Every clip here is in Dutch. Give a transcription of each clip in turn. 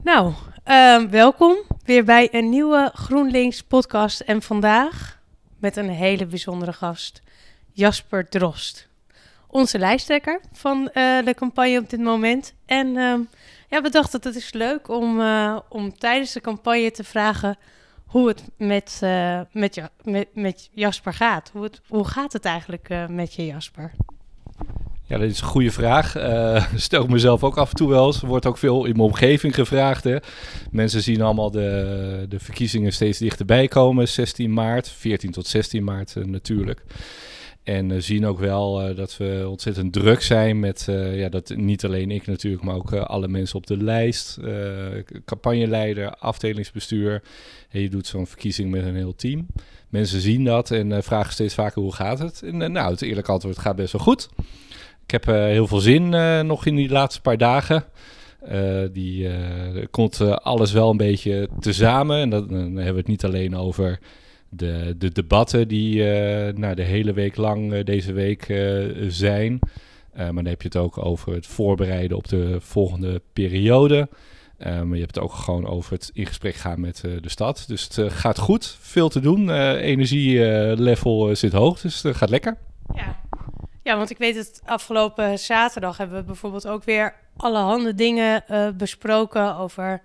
Nou, welkom weer bij een nieuwe GroenLinks podcast. En vandaag met een hele bijzondere gast, Jasper Drost. Onze lijsttrekker van de campagne op dit moment. En we dachten dat het is leuk om tijdens de campagne te vragen hoe het met Jasper gaat. Hoe gaat het eigenlijk met je, Jasper? Ja, dat is een goede vraag. Stel ik mezelf ook af en toe wel eens. Er wordt ook veel in mijn omgeving gevraagd. Hè. Mensen zien allemaal de verkiezingen steeds dichterbij komen. 16 maart, 14 tot 16 maart natuurlijk. En zien ook wel dat we ontzettend druk zijn met, dat niet alleen ik natuurlijk, maar ook alle mensen op de lijst. Campagneleider, afdelingsbestuur. En je doet zo'n verkiezing met een heel team. Mensen zien dat en vragen steeds vaker hoe gaat het. En het eerlijke antwoord gaat best wel goed. Ik heb heel veel zin nog in die laatste paar dagen. Komt alles wel een beetje tezamen. En dan hebben we het niet alleen over de debatten die de hele week lang deze week zijn. Maar dan heb je het ook over het voorbereiden op de volgende periode. Maar je hebt het ook gewoon over het in gesprek gaan met de stad. Dus het gaat goed, veel te doen. Energielevel zit hoog, dus het gaat lekker. Ja, want ik weet het, afgelopen zaterdag hebben we bijvoorbeeld ook weer allerhande dingen besproken over...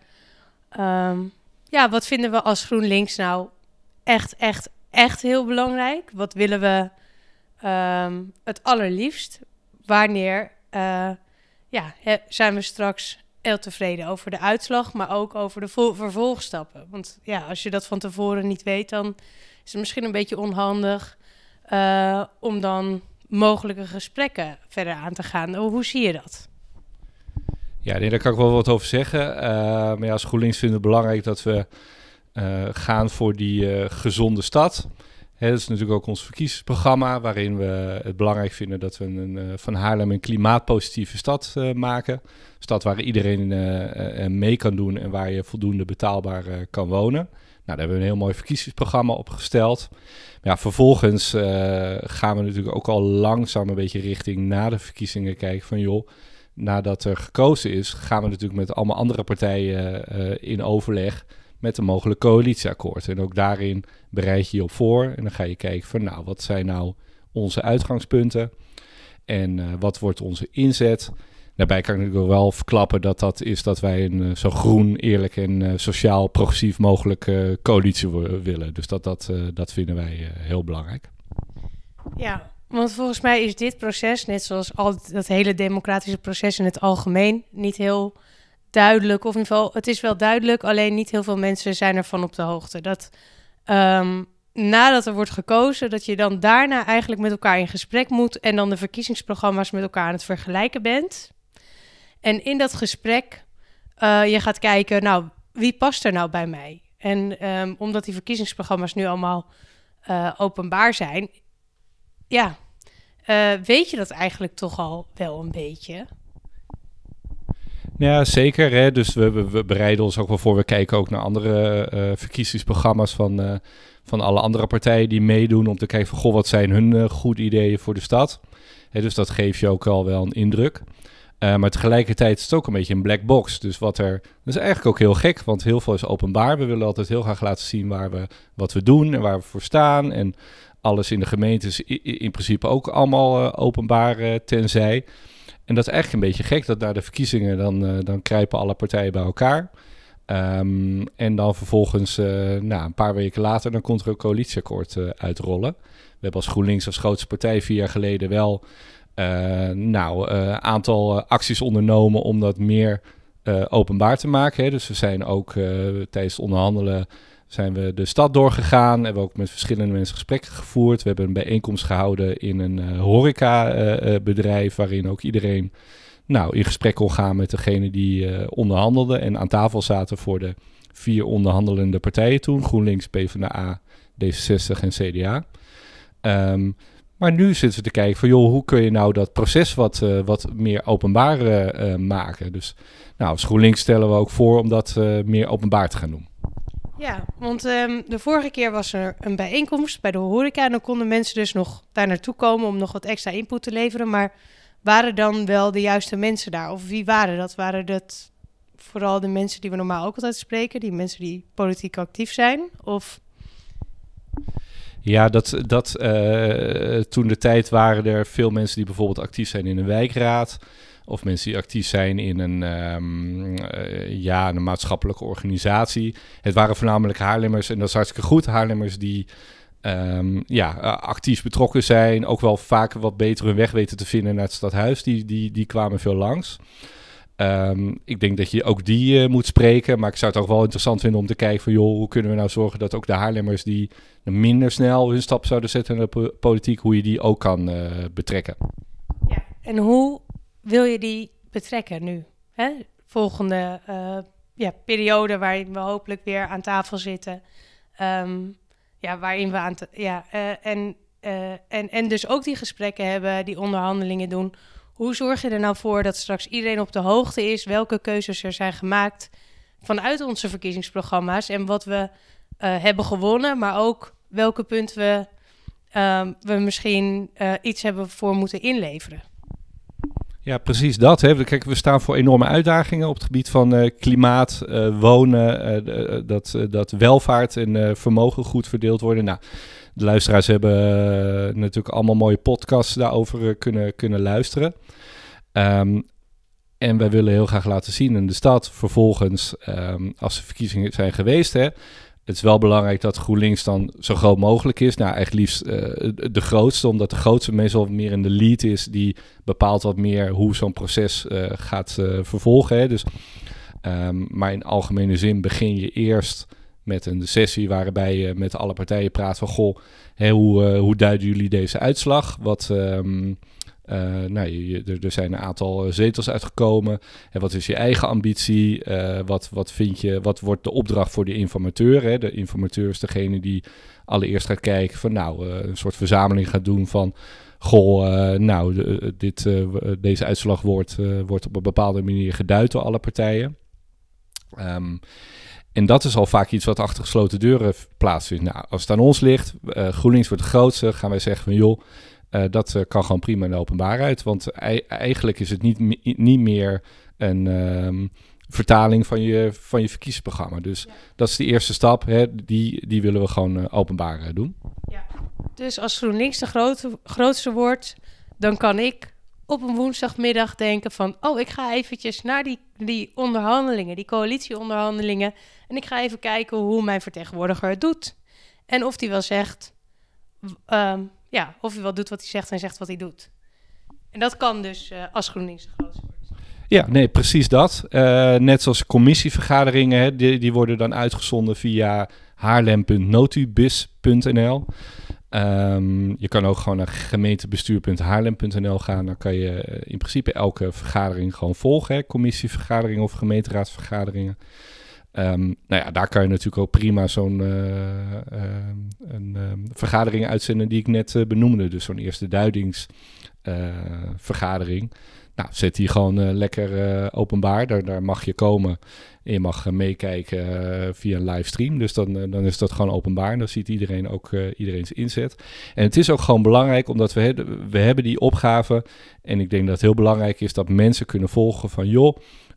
wat vinden we als GroenLinks nou echt heel belangrijk? Wat willen we het allerliefst? Wanneer zijn we straks heel tevreden over de uitslag, maar ook over de vervolgstappen? Want ja, als je dat van tevoren niet weet, dan is het misschien een beetje onhandig om dan mogelijke gesprekken verder aan te gaan. Hoe zie je dat? Ja, daar kan ik wel wat over zeggen. Maar als GroenLinks vinden we het belangrijk dat we gaan voor die gezonde stad. Dat is natuurlijk ook ons verkiezingsprogramma, waarin we het belangrijk vinden dat we van Haarlem een klimaatpositieve stad maken. Een stad waar iedereen mee kan doen en waar je voldoende betaalbaar kan wonen. Nou, daar hebben we een heel mooi verkiezingsprogramma opgesteld. Maar ja, vervolgens gaan we natuurlijk ook al langzaam een beetje richting na de verkiezingen kijken van joh, nadat er gekozen is, gaan we natuurlijk met allemaal andere partijen in overleg met een mogelijk coalitieakkoord. En ook daarin bereid je je op voor en dan ga je kijken van wat zijn nou onze uitgangspunten en wat wordt onze inzet. Daarbij kan ik natuurlijk wel verklappen dat is dat wij een zo groen, eerlijk en sociaal progressief mogelijk coalitie willen. Dus dat vinden wij heel belangrijk. Ja, want volgens mij is dit proces, net zoals al dat hele democratische proces in het algemeen, niet heel duidelijk. Of in ieder geval, het is wel duidelijk, alleen niet heel veel mensen zijn ervan op de hoogte. Dat nadat er wordt gekozen, dat je dan daarna eigenlijk met elkaar in gesprek moet en dan de verkiezingsprogramma's met elkaar aan het vergelijken bent. En in dat gesprek, je gaat kijken, wie past er nou bij mij? En omdat die verkiezingsprogramma's nu allemaal openbaar zijn, weet je dat eigenlijk toch al wel een beetje? Ja, zeker. Hè? Dus we bereiden ons ook wel voor. We kijken ook naar andere verkiezingsprogramma's van alle andere partijen die meedoen om te kijken van wat zijn hun goede ideeën voor de stad. Dus dat geeft je ook al wel een indruk. Maar tegelijkertijd is het ook een beetje een black box. Dus dat is eigenlijk ook heel gek, want heel veel is openbaar. We willen altijd heel graag laten zien wat we doen en waar we voor staan. En alles in de gemeente is in principe ook allemaal openbaar tenzij. En dat is eigenlijk een beetje gek, dat na de verkiezingen dan kruipen alle partijen bij elkaar. En dan vervolgens, een paar weken later, dan komt er een coalitieakkoord uitrollen. We hebben als GroenLinks als grootste partij 4 jaar geleden wel aantal acties ondernomen om dat meer openbaar te maken. Hè. Dus we zijn ook tijdens het onderhandelen zijn we de stad doorgegaan. Hebben ook met verschillende mensen gesprekken gevoerd. We hebben een bijeenkomst gehouden in een horecabedrijf waarin ook iedereen in gesprek kon gaan met degene die onderhandelde. En aan tafel zaten voor de 4 onderhandelende partijen toen. GroenLinks, PvdA, D66 en CDA. Maar nu zitten we te kijken van hoe kun je nou dat proces wat meer openbaar maken. Dus als GroenLinks stellen we ook voor om dat meer openbaar te gaan doen. Ja, want de vorige keer was er een bijeenkomst bij de horeca en dan konden mensen dus nog daar naartoe komen om nog wat extra input te leveren. Maar waren dan wel de juiste mensen daar? Of wie waren dat? Waren dat vooral de mensen die we normaal ook altijd spreken, die mensen die politiek actief zijn? Of... Ja, toen de tijd waren er veel mensen die bijvoorbeeld actief zijn in een wijkraad. Of mensen die actief zijn in een maatschappelijke organisatie. Het waren voornamelijk Haarlemmers en dat is hartstikke goed. Haarlemmers die actief betrokken zijn. Ook wel vaak wat beter hun weg weten te vinden naar het stadhuis. Die kwamen veel langs. Ik denk dat je ook die moet spreken. Maar ik zou het ook wel interessant vinden om te kijken van... joh, hoe kunnen we nou zorgen dat ook de Haarlemmers die minder snel hun stap zouden zetten in de politiek... hoe je die ook kan betrekken. Ja, en hoe wil je die betrekken nu? Hè? Volgende periode waarin we hopelijk weer aan tafel zitten. Waarin we en dus ook die gesprekken hebben, die onderhandelingen doen. Hoe zorg je er nou voor dat straks iedereen op de hoogte is welke keuzes er zijn gemaakt vanuit onze verkiezingsprogramma's en wat we hebben gewonnen, maar ook welke punten we misschien iets hebben voor moeten inleveren? Ja, precies dat. Hè. Kijk, we staan voor enorme uitdagingen op het gebied van klimaat, wonen, dat welvaart en vermogen goed verdeeld worden. Nou, de luisteraars hebben natuurlijk allemaal mooie podcasts daarover kunnen luisteren. En wij willen heel graag laten zien in de stad, vervolgens, als de verkiezingen zijn geweest, hè, het is wel belangrijk dat GroenLinks dan zo groot mogelijk is. Nou, eigenlijk liefst de grootste, omdat de grootste meestal meer in de lead is. Die bepaalt wat meer hoe zo'n proces gaat vervolgen. Hè. Dus, maar in algemene zin begin je eerst met een sessie waarbij je met alle partijen praat van... goh, hè, hoe duiden jullie deze uitslag? Er zijn een aantal zetels uitgekomen. En wat is je eigen ambitie? Wat vind je? Wat wordt de opdracht voor de informateur? Hè? De informateur is degene die allereerst gaat kijken van een soort verzameling gaat doen van... goh, deze uitslag wordt op een bepaalde manier geduid door alle partijen. En dat is al vaak iets wat achter gesloten deuren plaatsvindt. Nou, als het aan ons ligt, GroenLinks wordt de grootste, gaan wij zeggen van joh... dat kan gewoon prima in de openbaarheid. Want eigenlijk is het niet meer een vertaling van je verkiezingsprogramma. Dus dat is de eerste stap. Hè, die willen we gewoon openbaar doen. Ja. Dus als GroenLinks de grootste wordt, dan kan ik op een woensdagmiddag denken van... ik ga eventjes naar die onderhandelingen, die coalitieonderhandelingen... en ik ga even kijken hoe mijn vertegenwoordiger het doet. En of die wel zegt... of hij wel doet wat hij zegt en zegt wat hij doet. En dat kan dus als GroenLinks de grootste wordt. Ja, nee, precies dat. Net zoals commissievergaderingen, hè, die worden dan uitgezonden via haarlem.notubis.nl. Je kan ook gewoon naar gemeentebestuur.haarlem.nl gaan. Dan kan je in principe elke vergadering gewoon volgen. Hè, commissievergaderingen of gemeenteraadsvergaderingen. Daar kan je natuurlijk ook prima zo'n vergadering uitzenden die ik net benoemde. Dus zo'n eerste duidingsvergadering. Zet die gewoon lekker openbaar. Daar mag je komen en je mag meekijken via een livestream. Dus dan is dat gewoon openbaar. En dan ziet iedereen ook iedereen's inzet. En het is ook gewoon belangrijk, omdat we hebben die opgave. En ik denk dat het heel belangrijk is dat mensen kunnen volgen van joh...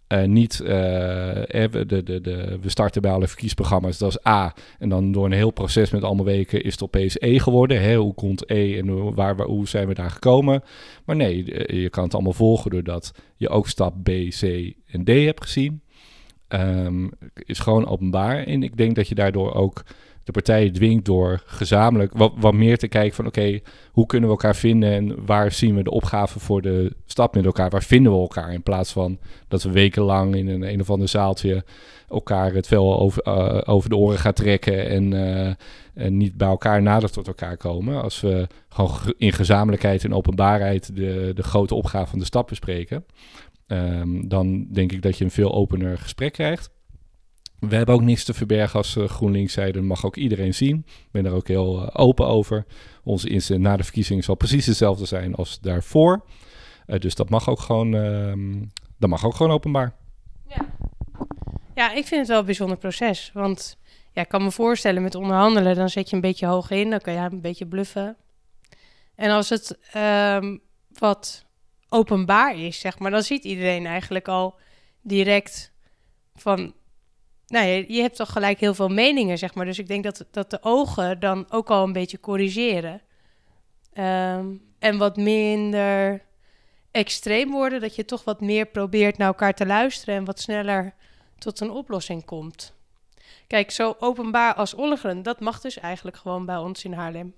we starten bij alle verkiesprogramma's, dat is A. En dan door een heel proces met allemaal weken is het opeens E geworden. Hè? Hoe komt E en hoe zijn we daar gekomen? Maar nee, je kan het allemaal volgen doordat je ook stap B, C en D hebt gezien. Is gewoon openbaar. En ik denk dat je daardoor ook de partijen dwingt door gezamenlijk wat meer te kijken van oké, hoe kunnen we elkaar vinden en waar zien we de opgave voor de stap met elkaar? Waar vinden we elkaar? In plaats van dat we wekenlang in een of ander zaaltje elkaar het vel over de oren gaan trekken en niet bij elkaar nader tot elkaar komen. Als we gewoon in gezamenlijkheid en openbaarheid de grote opgave van de stap bespreken, dan denk ik dat je een veel opener gesprek krijgt. We hebben ook niets te verbergen als GroenLinks zijde. Dat mag ook iedereen zien. Ik ben daar ook heel open over. Onze inzet na de verkiezingen zal precies hetzelfde zijn als daarvoor. Dus dat mag ook gewoon openbaar. Ja, ik vind het wel een bijzonder proces. Want ik kan me voorstellen met onderhandelen, dan zet je een beetje hoog in. Dan kan je een beetje bluffen. En als het wat openbaar is, zeg maar, dan ziet iedereen eigenlijk al direct van... Nou, je hebt toch gelijk heel veel meningen, zeg maar. Dus ik denk dat de ogen dan ook al een beetje corrigeren. En wat minder extreem worden. Dat je toch wat meer probeert naar elkaar te luisteren... en wat sneller tot een oplossing komt. Kijk, zo openbaar als Ollegren, dat mag dus eigenlijk gewoon bij ons in Haarlem.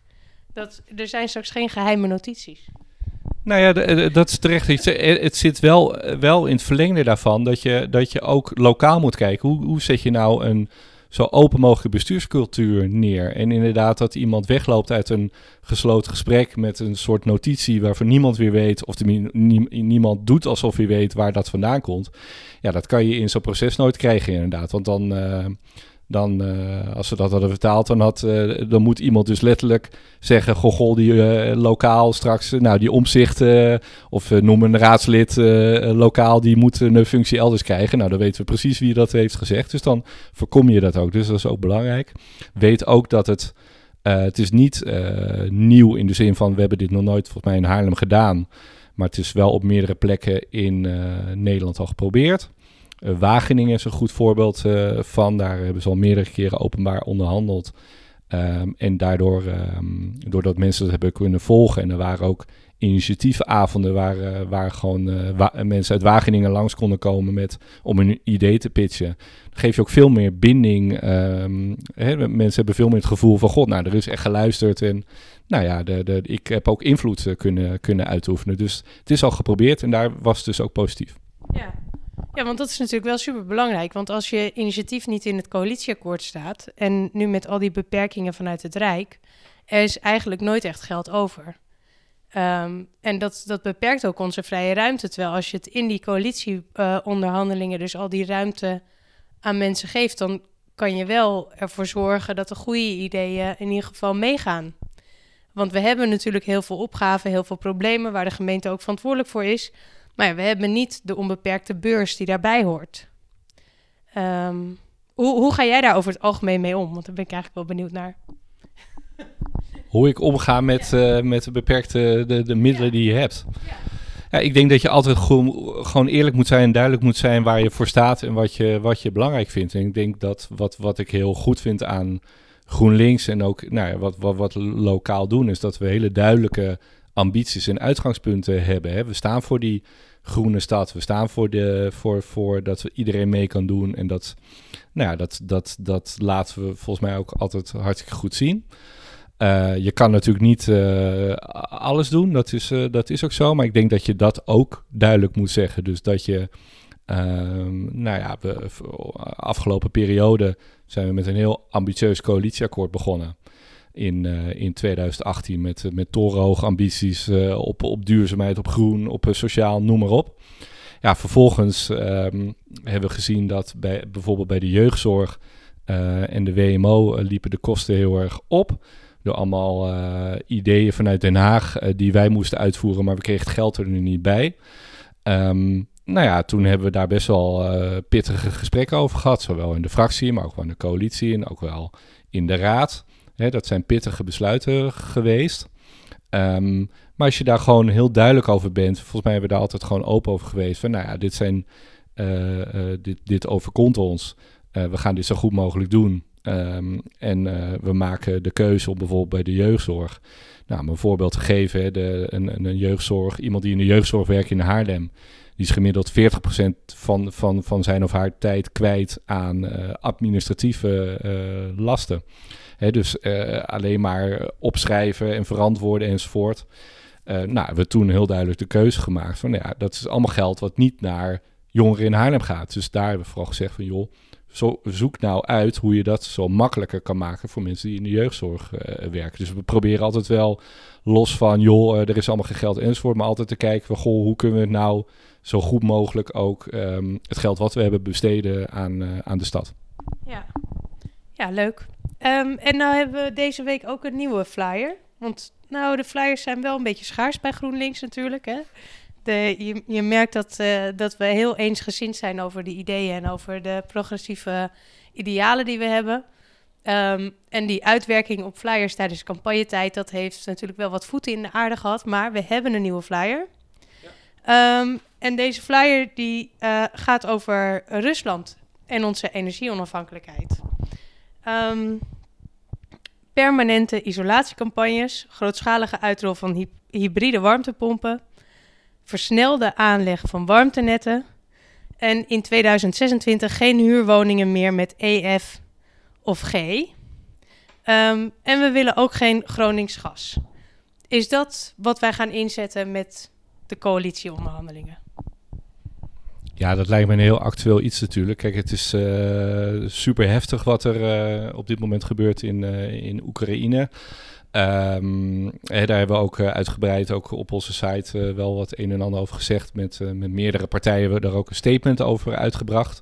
Er zijn straks geen geheime notities. Nou ja, dat is terecht. Het zit wel in het verlengde daarvan dat je ook lokaal moet kijken. Hoe zet je nou een zo open mogelijke bestuurscultuur neer? En inderdaad dat iemand wegloopt uit een gesloten gesprek met een soort notitie waarvan niemand weer weet, of niemand doet alsof hij weet waar dat vandaan komt. Ja, dat kan je in zo'n proces nooit krijgen inderdaad. Want dan als we dat hadden vertaald, dan moet iemand dus letterlijk zeggen... Goh, die lokaal straks, die Omtzigt of noem een raadslid lokaal... die moet een functie elders krijgen. Nou, dan weten we precies wie dat heeft gezegd. Dus dan voorkom je dat ook. Dus dat is ook belangrijk. Weet ook dat het is niet nieuw in de zin van... we hebben dit nog nooit volgens mij in Haarlem gedaan... maar het is wel op meerdere plekken in Nederland al geprobeerd... Wageningen is een goed voorbeeld van. Daar hebben ze al meerdere keren openbaar onderhandeld. En daardoor, doordat mensen dat hebben kunnen volgen... en er waren ook initiatiefavonden... waar gewoon mensen uit Wageningen langs konden komen... om een idee te pitchen. Dan geef je ook veel meer binding. Mensen hebben veel meer het gevoel van... God, er is echt geluisterd... en ik heb ook invloed kunnen uitoefenen. Dus het is al geprobeerd en daar was het dus ook positief. Ja, want dat is natuurlijk wel superbelangrijk. Want als je initiatief niet in het coalitieakkoord staat... en nu met al die beperkingen vanuit het Rijk... er is eigenlijk nooit echt geld over. En dat beperkt ook onze vrije ruimte. Terwijl als je het in die coalitieonderhandelingen... dus al die ruimte aan mensen geeft... dan kan je wel ervoor zorgen dat de goede ideeën in ieder geval meegaan. Want we hebben natuurlijk heel veel opgaven, heel veel problemen... waar de gemeente ook verantwoordelijk voor is... Maar ja, we hebben niet de onbeperkte beurs die daarbij hoort. Hoe ga jij daar over het algemeen mee om? Want daar ben ik eigenlijk wel benieuwd naar. Hoe ik omga met de beperkte de middelen die je hebt. Ja, ik denk dat je altijd gewoon eerlijk moet zijn en duidelijk moet zijn waar je voor staat en wat je belangrijk vindt. En ik denk dat wat ik heel goed vind aan GroenLinks en ook wat lokaal doen, is dat we hele duidelijke ambities en uitgangspunten hebben. Hè. We staan voor die groene stad. We staan voor dat we iedereen mee kan doen. En dat laten we volgens mij ook altijd hartstikke goed zien. Je kan natuurlijk niet alles doen. Dat is ook zo. Maar ik denk dat je dat ook duidelijk moet zeggen. Dus dat je... afgelopen periode zijn we met een heel ambitieus coalitieakkoord begonnen. In 2018 met torenhoge ambities op duurzaamheid, op groen, op sociaal, noem maar op. Ja, vervolgens hebben we gezien dat bijvoorbeeld bij de jeugdzorg en de WMO liepen de kosten heel erg op. Door allemaal ideeën vanuit Den Haag die wij moesten uitvoeren, maar we kregen het geld er nu niet bij. Toen hebben we daar best wel pittige gesprekken over gehad. Zowel in de fractie, maar ook wel in de coalitie en ook wel in de raad. Dat zijn pittige besluiten geweest. Maar als je daar gewoon heel duidelijk over bent... volgens mij hebben we daar altijd gewoon open over geweest... van dit overkomt ons. We gaan dit zo goed mogelijk doen. We maken de keuze om bijvoorbeeld bij de jeugdzorg... om een voorbeeld te geven, een jeugdzorg... iemand die in de jeugdzorg werkt in Haarlem... die is gemiddeld 40% van zijn of haar tijd kwijt aan administratieve lasten... Dus alleen maar opschrijven en verantwoorden enzovoort. We hebben toen heel duidelijk de keuze gemaakt van... dat is allemaal geld wat niet naar jongeren in Haarlem gaat. Dus daar hebben we vooral gezegd van... zoek nou uit hoe je dat zo makkelijker kan maken... voor mensen die in de jeugdzorg werken. Dus we proberen altijd wel los van... er is allemaal geen geld enzovoort... maar altijd te kijken van... hoe kunnen we het nou zo goed mogelijk ook... het geld wat we hebben besteden aan de stad. Ja, leuk. En nou hebben we deze week ook een nieuwe flyer. Want de flyers zijn wel een beetje schaars bij GroenLinks natuurlijk. Hè? Je merkt dat we heel eensgezind zijn over de ideeën... en over de progressieve idealen die we hebben. En die uitwerking op flyers tijdens campagnetijd... dat heeft natuurlijk wel wat voeten in de aarde gehad. Maar we hebben een nieuwe flyer. En deze flyer die gaat over Rusland en onze energieonafhankelijkheid. Permanente isolatiecampagnes, grootschalige uitrol van hybride warmtepompen, versnelde aanleg van warmtenetten en in 2026 geen huurwoningen meer met EF of G. En we willen ook geen Gronings gas. Is dat wat wij gaan inzetten met de coalitieonderhandelingen? Ja, dat lijkt me een heel actueel iets natuurlijk. Kijk, het is super heftig wat er op dit moment gebeurt in Oekraïne. Daar hebben we ook uitgebreid ook op onze site wel wat een en ander over gezegd. Met meerdere partijen hebben we daar ook een statement over uitgebracht.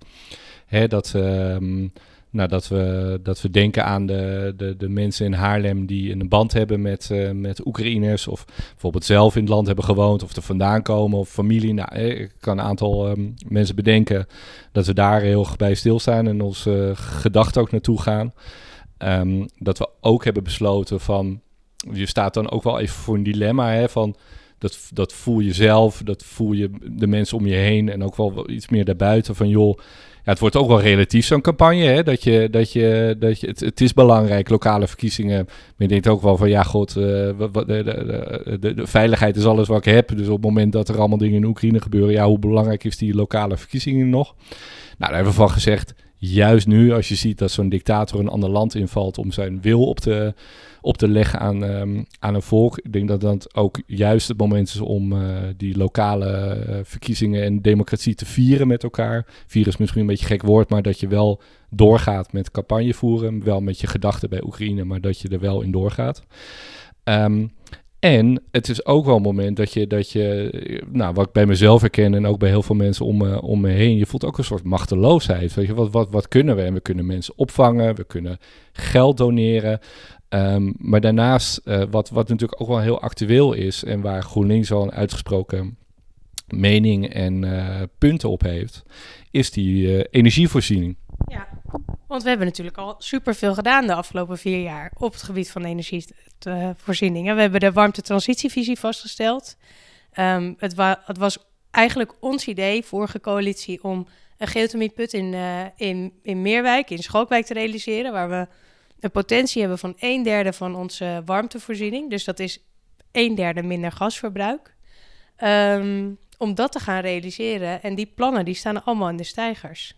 Dat we denken aan de mensen in Haarlem die een band hebben met Oekraïners. Of bijvoorbeeld zelf in het land hebben gewoond of er vandaan komen of familie. Nou, ik kan een aantal mensen bedenken dat we daar heel erg bij stilstaan en onze gedachten ook naartoe gaan. Dat we ook hebben besloten van, je staat dan ook wel even voor een dilemma van... Dat voel je zelf, dat voel je de mensen om je heen en ook wel iets meer daarbuiten van joh... Ja, het wordt ook wel relatief zo'n campagne, hè? Het is belangrijk, lokale verkiezingen. Maar je denkt ook wel van ja god, de veiligheid is alles wat ik heb. Dus op het moment dat er allemaal dingen in Oekraïne gebeuren, ja, hoe belangrijk is die lokale verkiezingen nog? Nou, daar hebben we van gezegd, juist nu als je ziet dat zo'n dictator een ander land invalt om zijn wil op te leggen aan een volk. Ik denk dat dat ook juist het moment is om die lokale verkiezingen en democratie te vieren met elkaar. Vieren is misschien een beetje een gek woord, maar dat je wel doorgaat met campagne voeren. Wel met je gedachten bij Oekraïne, maar dat je er wel in doorgaat. En het is ook wel een moment dat je nou, wat ik bij mezelf herken en ook bij heel veel mensen om me heen, je voelt ook een soort machteloosheid. Weet je, wat kunnen we? En we kunnen mensen opvangen, we kunnen geld doneren. Maar daarnaast, wat natuurlijk ook wel heel actueel is en waar GroenLinks al een uitgesproken mening en punten op heeft, is die energievoorziening. Ja, want we hebben natuurlijk al superveel gedaan de afgelopen 4 jaar op het gebied van energievoorzieningen. We hebben de warmtetransitievisie vastgesteld. Het was eigenlijk ons idee, vorige coalitie, om een geothermieput in Meerwijk, in Schalkwijk te realiseren, waar we een potentie hebben van 1/3 van onze warmtevoorziening. Dus dat is 1/3 minder gasverbruik. Om dat te gaan realiseren. En die plannen die staan allemaal in de steigers.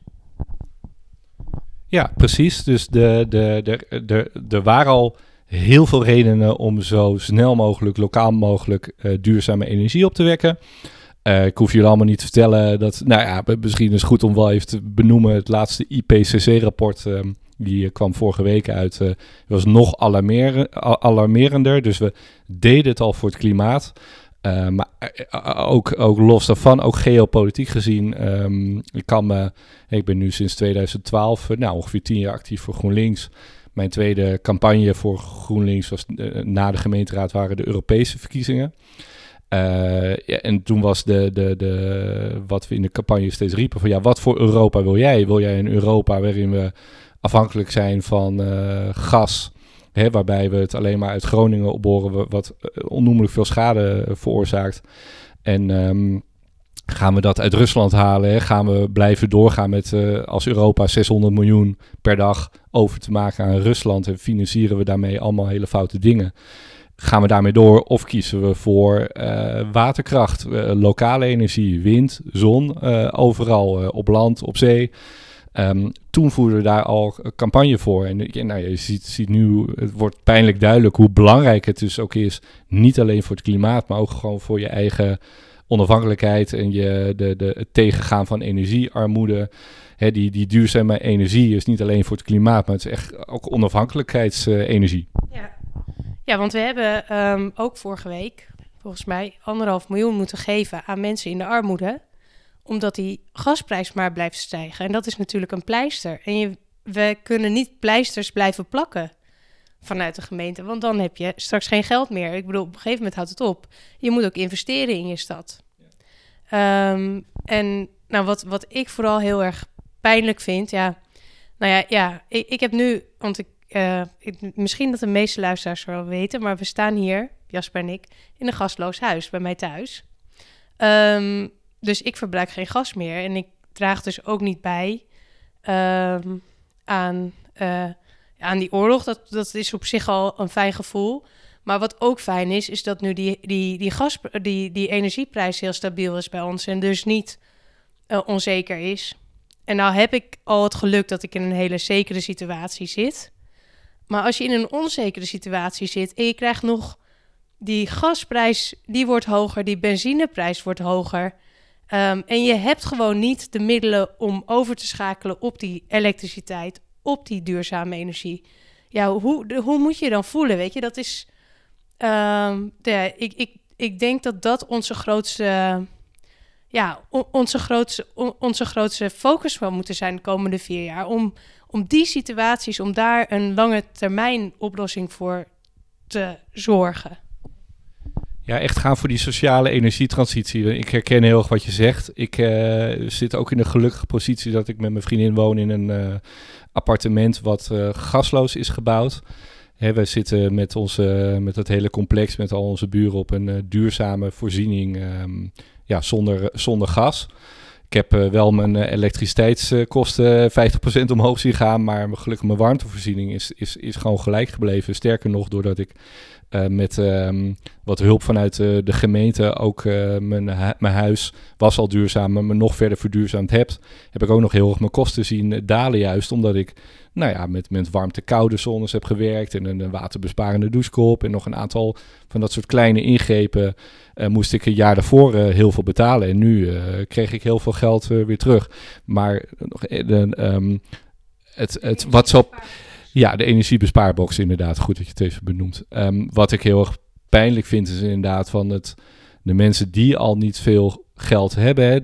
Ja, precies. Dus er waren al heel veel redenen om zo snel mogelijk, lokaal mogelijk duurzame energie op te wekken. Ik hoef jullie allemaal niet te vertellen dat, nou ja, misschien is het goed om wel even te benoemen, het laatste IPCC-rapport, die kwam vorige week uit, was nog alarmerender. Dus we deden het al voor het klimaat. Maar ook los daarvan, ook geopolitiek gezien, ik ben nu sinds 2012, ongeveer 10 jaar actief voor GroenLinks. Mijn tweede campagne voor GroenLinks was na de gemeenteraad waren de Europese verkiezingen. En toen was wat we in de campagne steeds riepen van ja, wat voor Europa wil jij? Wil jij een Europa waarin we afhankelijk zijn van gas, waarbij we het alleen maar uit Groningen opboren, wat onnoemelijk veel schade veroorzaakt. En gaan we dat uit Rusland halen? Gaan we blijven doorgaan met als Europa 600 miljoen per dag over te maken aan Rusland en financieren we daarmee allemaal hele foute dingen? Gaan we daarmee door of kiezen we voor waterkracht, lokale energie, wind, zon, overal op land, op zee? Toen voerden we daar al campagne voor. En je ziet nu, het wordt pijnlijk duidelijk hoe belangrijk het dus ook is. Niet alleen voor het klimaat, maar ook gewoon voor je eigen onafhankelijkheid en het tegengaan van energiearmoede. Die duurzame energie is niet alleen voor het klimaat, maar het is echt ook onafhankelijkheidsenergie. Ja, want we hebben ook vorige week, volgens mij, 1,5 miljoen moeten geven aan mensen in de armoede, omdat die gasprijs maar blijft stijgen. En dat is natuurlijk een pleister. En we kunnen niet pleisters blijven plakken vanuit de gemeente, want dan heb je straks geen geld meer. Ik bedoel, op een gegeven moment houdt het op. Je moet ook investeren in je stad. En wat ik vooral heel erg pijnlijk vind, ik heb nu, want misschien dat de meeste luisteraars wel weten, maar we staan hier, Jasper en ik, in een gasloos huis bij mij thuis. Dus ik verbruik geen gas meer. En ik draag dus ook niet bij aan die oorlog. Dat is op zich al een fijn gevoel. Maar wat ook fijn is dat nu die energieprijs heel stabiel is bij ons. En dus niet onzeker is. En nou heb ik al het geluk dat ik in een hele zekere situatie zit. Maar als je in een onzekere situatie zit en je krijgt nog die gasprijs, die wordt hoger, die benzineprijs wordt hoger. En je hebt gewoon niet de middelen om over te schakelen op die elektriciteit, op die duurzame energie. Ja, hoe moet je dan voelen, weet je? Dat is, ik denk dat onze grootste... onze grootste focus wel moeten zijn de komende 4 jaar. Om die situaties, om daar een lange termijn oplossing voor te zorgen. Ja, echt gaan voor die sociale energietransitie. Ik herken heel erg wat je zegt. Ik zit ook in de gelukkige positie dat ik met mijn vriendin woon in een appartement wat gasloos is gebouwd. We zitten met het hele complex, met al onze buren op een duurzame voorziening zonder gas. Ik heb wel mijn elektriciteitskosten 50% omhoog zien gaan, maar gelukkig mijn warmtevoorziening is gewoon gelijk gebleven. Sterker nog, doordat ik met wat hulp vanuit de gemeente ook mijn huis was al duurzaam, maar me nog verder verduurzaamd heb ik ook nog heel erg mijn kosten zien dalen, juist omdat ik met warmte-koude zones heb gewerkt en een waterbesparende douchekop en nog een aantal van dat soort kleine ingrepen moest ik een jaar daarvoor heel veel betalen. En nu kreeg ik heel veel geld weer terug. Maar de energiebespaarbox inderdaad. Goed dat je het even benoemt. Wat ik heel erg pijnlijk vind is inderdaad van de mensen die al niet veel geld hebben,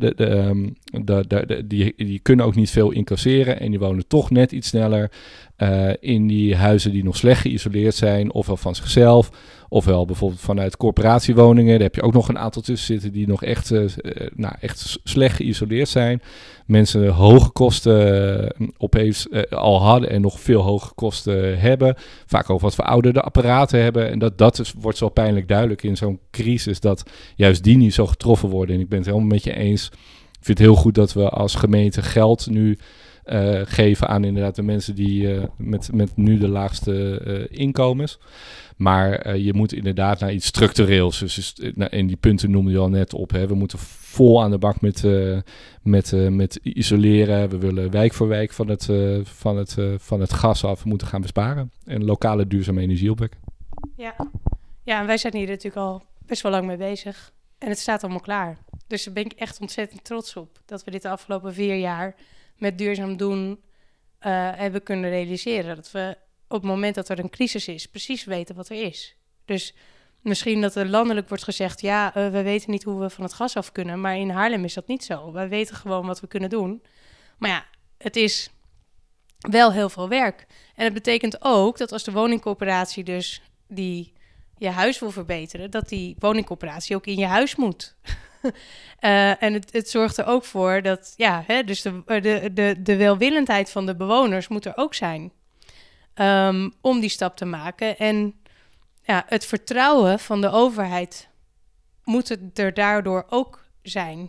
die kunnen ook niet veel incasseren en die wonen toch net iets sneller in die huizen die nog slecht geïsoleerd zijn, ofwel van zichzelf, ofwel bijvoorbeeld vanuit corporatiewoningen. Daar heb je ook nog een aantal tussen zitten die nog echt slecht geïsoleerd zijn. Mensen hoge kosten opeens al hadden en nog veel hogere kosten hebben. Vaak ook wat verouderde apparaten hebben. En dat wordt zo pijnlijk duidelijk in zo'n crisis, dat juist die niet zo getroffen worden. En ik ben het helemaal met je eens. Ik vind het heel goed dat we als gemeente geld nu geven aan inderdaad de mensen die met nu de laagste inkomens. Maar je moet inderdaad naar iets structureels. Dus en die punten noemde je al net op. Hè. We moeten vol aan de bak met isoleren. We willen wijk voor wijk van het gas af. We moeten gaan besparen. En lokale duurzame energie opwekken. Ja, en wij zijn hier natuurlijk al best wel lang mee bezig. En het staat allemaal klaar. Dus daar ben ik echt ontzettend trots op. Dat we dit de afgelopen 4 jaar met duurzaam doen hebben kunnen realiseren. Dat we op het moment dat er een crisis is, precies weten wat er is. Dus misschien dat er landelijk wordt gezegd, we weten niet hoe we van het gas af kunnen. Maar in Haarlem is dat niet zo. Wij weten gewoon wat we kunnen doen. Maar ja, het is wel heel veel werk. En het betekent ook dat als de woningcorporatie dus die je huis wil verbeteren, dat die woningcorporatie ook in je huis moet. En het zorgt er ook voor dat, dus de welwillendheid van de bewoners moet er ook zijn. Om die stap te maken. En het vertrouwen van de overheid moet het er daardoor ook zijn.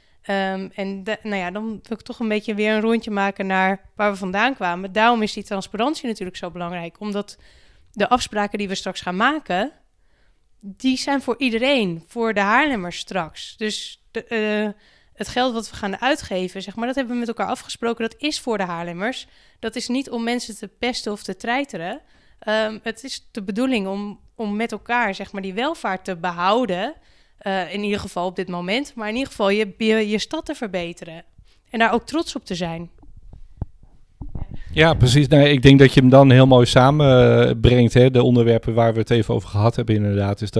Dan wil ik toch een beetje weer een rondje maken naar waar we vandaan kwamen. Daarom is die transparantie natuurlijk zo belangrijk. Omdat de afspraken die we straks gaan maken, die zijn voor iedereen, voor de Haarlemmers straks. Dus het geld wat we gaan uitgeven, zeg maar, dat hebben we met elkaar afgesproken. Dat is voor de Haarlemmers. Dat is niet om mensen te pesten of te treiteren. Het is de bedoeling om met elkaar, zeg maar, die welvaart te behouden. In ieder geval op dit moment. Maar in ieder geval je stad te verbeteren. En daar ook trots op te zijn. Ja, precies. Nou, ik denk dat je hem dan heel mooi samenbrengt. Hè? De onderwerpen waar we het even over gehad hebben inderdaad. Is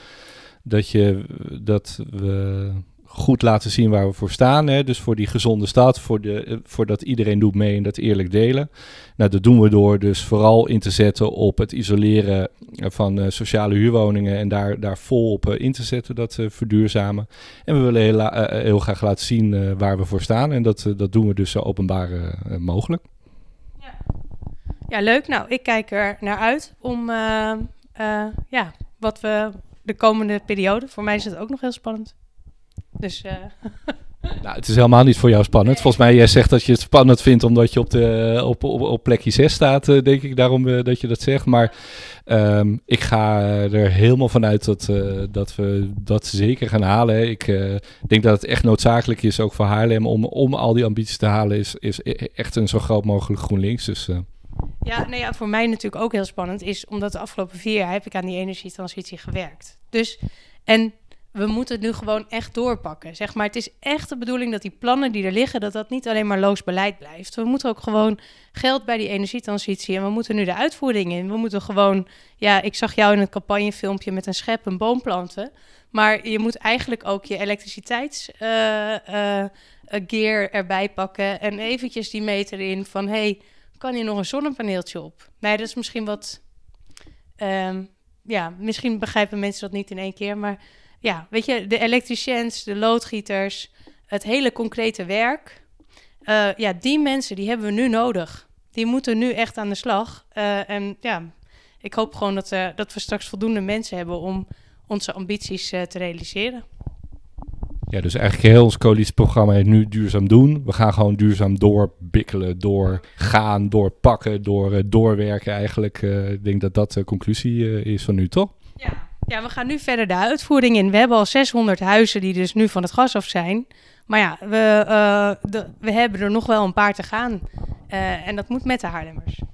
dat we goed laten zien waar we voor staan. Hè? Dus voor die gezonde stad. Voor dat iedereen doet mee en dat eerlijk delen. Nou, dat doen we door dus vooral in te zetten op het isoleren van sociale huurwoningen. En daar vol op in te zetten, dat verduurzamen. En we willen heel graag laten zien waar we voor staan. En dat doen we dus zo openbaar mogelijk. Ja, leuk. Nou, ik kijk er naar uit om wat we de komende periode, voor mij is het ook nog heel spannend. Dus... Nou, het is helemaal niet voor jou spannend. Volgens mij, jij zegt dat je het spannend vindt omdat je op plekje 6 staat, denk ik, daarom dat je dat zegt. Maar ik ga er helemaal vanuit dat we dat zeker gaan halen. Ik denk dat het echt noodzakelijk is, ook voor Haarlem, om al die ambities te halen, is echt een zo groot mogelijk GroenLinks. Dus... Ja, voor mij natuurlijk ook heel spannend is, omdat de afgelopen 4 jaar heb ik aan die energietransitie gewerkt. Dus, en we moeten het nu gewoon echt doorpakken. Zeg maar, het is echt de bedoeling dat die plannen die er liggen, dat niet alleen maar loos beleid blijft. We moeten ook gewoon geld bij die energietransitie en we moeten nu de uitvoering in. We moeten gewoon, ik zag jou in het campagnefilmpje met een schep een boom planten. Maar je moet eigenlijk ook je elektriciteitsgear erbij pakken en eventjes die meter in van, kan hier nog een zonnepaneeltje op? Nee, dat is misschien wat... misschien begrijpen mensen dat niet in 1 keer, maar... Ja, weet je, de elektriciëns, de loodgieters, het hele concrete werk. Die mensen, die hebben we nu nodig. Die moeten nu echt aan de slag. Ik hoop gewoon dat we straks voldoende mensen hebben om onze ambities te realiseren. Ja, dus eigenlijk heel ons coalitieprogramma heet nu Duurzaam Doen. We gaan gewoon duurzaam doorbikkelen, doorgaan, doorpakken, doorwerken eigenlijk. Ik denk dat dat de conclusie is van nu, toch? Ja, we gaan nu verder de uitvoering in. We hebben al 600 huizen die dus nu van het gas af zijn. Maar ja, we hebben er nog wel een paar te gaan. En dat moet met de Haarlemmers.